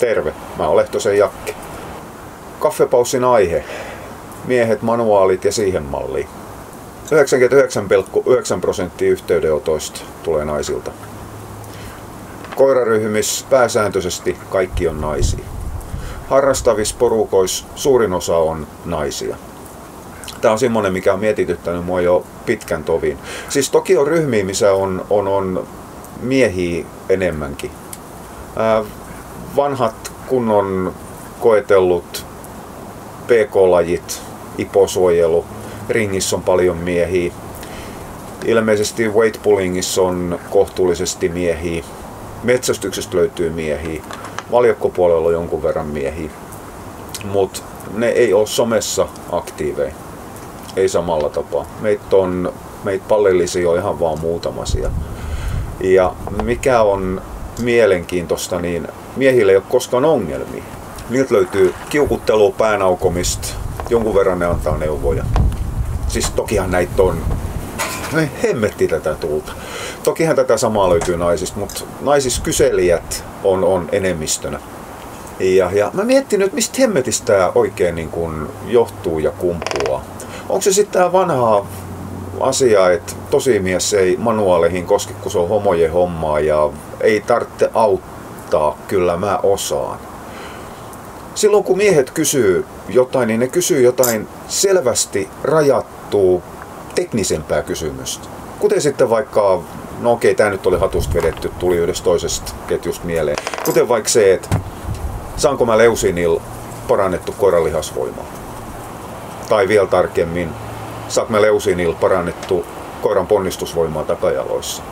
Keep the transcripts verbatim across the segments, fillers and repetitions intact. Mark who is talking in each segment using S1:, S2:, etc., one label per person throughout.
S1: Terve, mä olen Lehtosen Jakke. Kaffepaussin aihe. Miehet, manuaalit ja siihen malliin. yhdeksänkymmentäyhdeksän pilkku yhdeksän prosenttia yhteydenotoista tulee naisilta. Koiraryhmissä pääsääntöisesti kaikki on naisia. Harrastavissa porukoissa suurin osa on naisia. Tämä on semmoinen, mikä on mietityttänyt mua jo pitkän tovin. Siis toki on ryhmiä, missä on, on, on miehiä enemmänkin. Ää, vanhat kunnon koetellut P K-lajit, iposuojelu, ringissä on paljon miehiä. Ilmeisesti weightpullingissa on kohtuullisesti miehiä. Metsästyksestä löytyy miehiä. Valjakkopuolella on jonkun verran miehiä. Mutta ne ei ole somessa aktiiveja. Ei samalla tapaa. Meitä on meitä pallillisia on ihan vaan muutamasia. Ja mikä on mielenkiintoista, niin miehille ei ole koskaan ongelmia. Niiltä löytyy kiukuttelua, päänaukomista, jonkun verran ne antaa neuvoja. Siis tokihan näitä on, ei hemmetti tätä tulta. Tokihan tätä samaa löytyy naisista, mutta naisissa kyselijät on, on enemmistönä. Ja, ja mä mietin nyt, mistä hemmetistä tämä oikein niin kuin johtuu ja kumpuaa. Onko se sitten tämä vanha asia, että tosimies ei manuaaleihin koske, kun se on homojen hommaa ja ei tarvitse auttaa, kyllä mä osaan. Silloin kun miehet kysyy jotain, niin ne kysyy jotain selvästi rajattua teknisempää kysymystä. Kuten sitten vaikka, no okei, tämä nyt oli hatusta vedetty, tuli yhdestä toisesta ketjusta mieleen. Kuten vaikka se, että saanko mä leusinilla parannettu koiran lihasvoimaa? Tai vielä tarkemmin, saanko mä leusinilla parannettu koiran ponnistusvoimaa takajaloissa?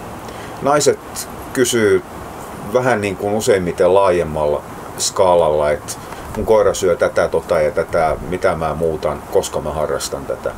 S1: Naiset kysyy vähän niin kuin useimmiten laajemmalla skaalalla, että mun koira syö tätä, tota ja tätä, mitä mä muutan, koska mä harrastan tätä.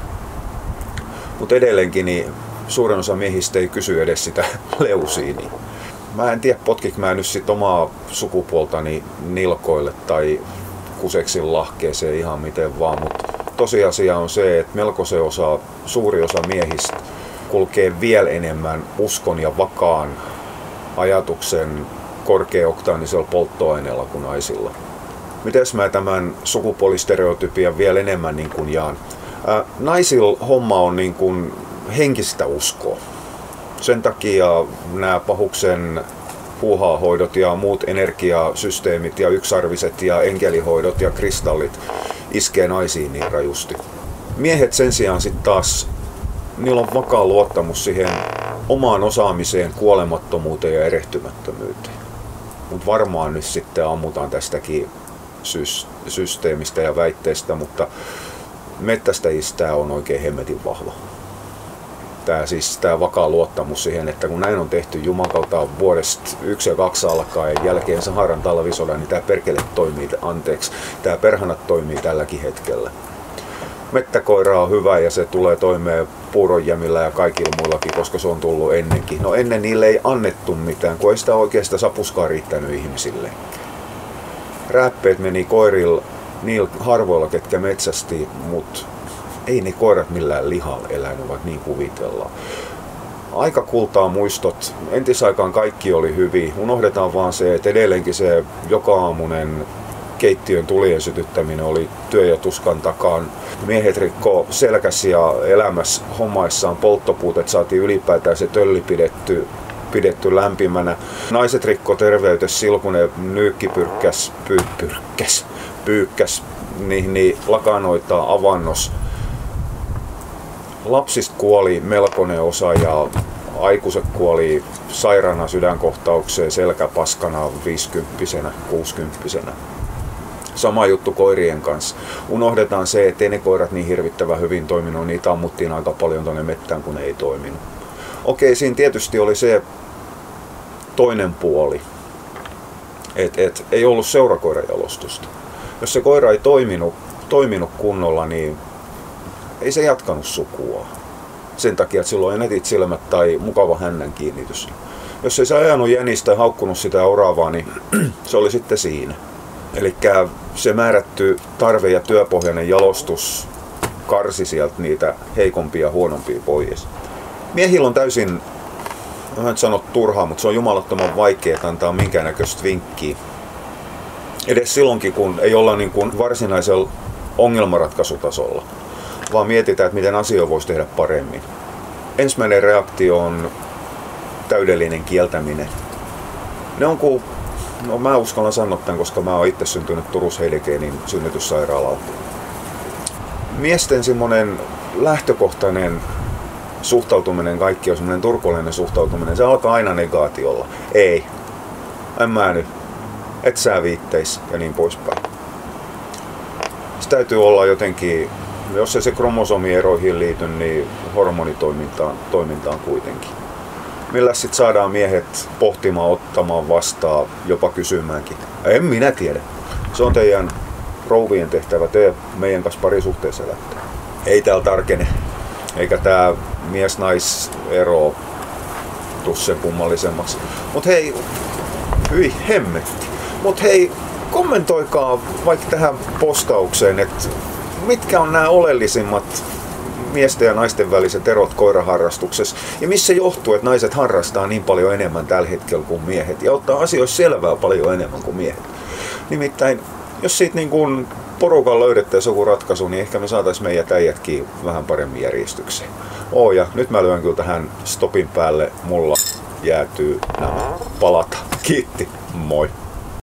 S1: Mutta edelleenkin niin suurin osa miehistä ei kysy edes sitä leusiini. Mä en tiedä, potkik mä nyt sit omaa sukupuoltani nilkoille tai kuseksin lahkeeseen ihan miten vaan, mutta tosiasia on se, että melkoisen osa, suuri osa miehistä kulkee vielä enemmän uskon ja vakaan ajatuksen korkeaoktaanisella polttoaineella kuin naisilla. Mites mä tämän sukupuolistereotypian vielä enemmän niin kuin jaan? Ää, naisilla homma on niin kuin henkistä uskoa. Sen takia nämä pahuksen puuhaahoidot ja muut energiasysteemit ja yksarviset ja enkelihoidot ja kristallit iskee naisiin niin rajusti. Miehet sen sijaan sitten taas, niillä on vakaa luottamus siihen omaan osaamiseen, kuolemattomuuteen ja erehtymättömyyteen. Mutta varmaan nyt sitten ammutaan tästäkin systeemistä ja väitteestä, mutta mettästäjistä on oikein hemmetin vahva. Tää, siis tämä vakaa luottamus siihen, että kun näin on tehty jumakalta vuodesta yksi ja kaksi alkaen jälkeen Saharan talvisodan, niin tämä perkele toimii, anteeksi, tämä perhanat toimii tälläkin hetkellä. Mettäkoira on hyvä ja se tulee toimeen puuronjämillä ja kaikilla muillakin, koska se on tullut ennenkin. No ennen niille ei annettu mitään, kun ei sitä oikeasta sapuskaa riittänyt ihmisille. Rääppeet meni koirilla niillä harvoilla, ketkä metsästi, mutta ei ne koirat millään lihalla elänyt, vaikka niin kuvitellaan. Aika kultaa muistot. Entisaikaan kaikki oli hyvin. Unohdetaan vaan se, että edelleenkin se joka-aamunen keittiön tulien sytyttäminen oli työ ja tuskan takaan. Miehet rikkoo selkäs ja elämässä hommaissaan polttopuut, että saatiin ylipäätään se tölli pidetty, pidetty lämpimänä. Naiset rikko terveytes silloin, kun ne nyykkipyrkkäs, pyy, pyrkkäs, pyykkäs, niin, niin lakanoitaan avannos. Lapsista kuoli melkoinen osa ja aikuiset kuoli sairaana sydänkohtaukseen selkäpaskana viisikymppisenä, kuusikymppisenä. Sama juttu koirien kanssa. Unohdetaan se, että ei ne koirat niin hirvittävän hyvin toiminut, niitä ammuttiin aika paljon tuonne mettään, kun ne ei toiminut. Okei, siinä tietysti oli se toinen puoli, että et, ei ollut seurakoirajalostusta. Jos se koira ei toiminut, toiminut kunnolla, niin ei se jatkanut sukua. Sen takia, että silloin ei netit silmät tai mukava hännän kiinnitys. Jos ei se ajanut jänistä tai haukkunut sitä oravaa, niin se oli sitten siinä. Eli se määrätty tarve- ja työpohjainen jalostus karsi sieltä niitä heikompia ja huonompia pois. Miehillä on täysin, mä en sano turhaa, mutta se on jumalattoman vaikea antaa minkäännäköistä vinkkiä edes silloinkin, kun ei olla niin kuin varsinaisella ongelmanratkaisutasolla, vaan mietitään, että miten asioita voisi tehdä paremmin. Ensimmäinen reaktio on täydellinen kieltäminen. Ne on kuin, no mä uskallan sanoa tämän, koska mä oon itse syntynyt Turus Heidekenin synnytyssairaalalla. Miesten semmoinen lähtökohtainen suhtautuminen, kaikki on semmoinen turkollinen suhtautuminen, se alkaa aina negaatiolla. Ei, en mä nyt, et sä viitteis ja niin poispäin. Se täytyy olla jotenkin, jos ei se kromosomieroihin liity, niin hormonitoimintaan toimintaan kuitenkin. Millä sitten saadaan miehet pohtimaan, ottamaan vastaan, jopa kysymäänkin. En minä tiedä. Se on teidän rouvien tehtävä, te meidän kanssa parisuhteessa elättää. Ei täällä tarkene. Eikä tää mies-nais-ero tuu sen kummallisemmaksi. Mut hei, hyi hemmetti. Mut hei, kommentoikaa vaikka tähän postaukseen, että mitkä on nämä oleellisimmat miesten ja naisten väliset erot koiraharrastuksessa ja missä johtuu, että naiset harrastaa niin paljon enemmän tällä hetkellä kuin miehet ja ottaa asioissa selvää paljon enemmän kuin miehet. Nimittäin, jos siitä niin kuin porukan löydettäisiin joku ratkaisu, niin ehkä me saataisiin meidän äijätkin vähän paremmin järjestykseen. Oo, ja nyt mä lyön kyllä tähän stopin päälle, mulla jäätyy nämä palata. Kiitti, moi!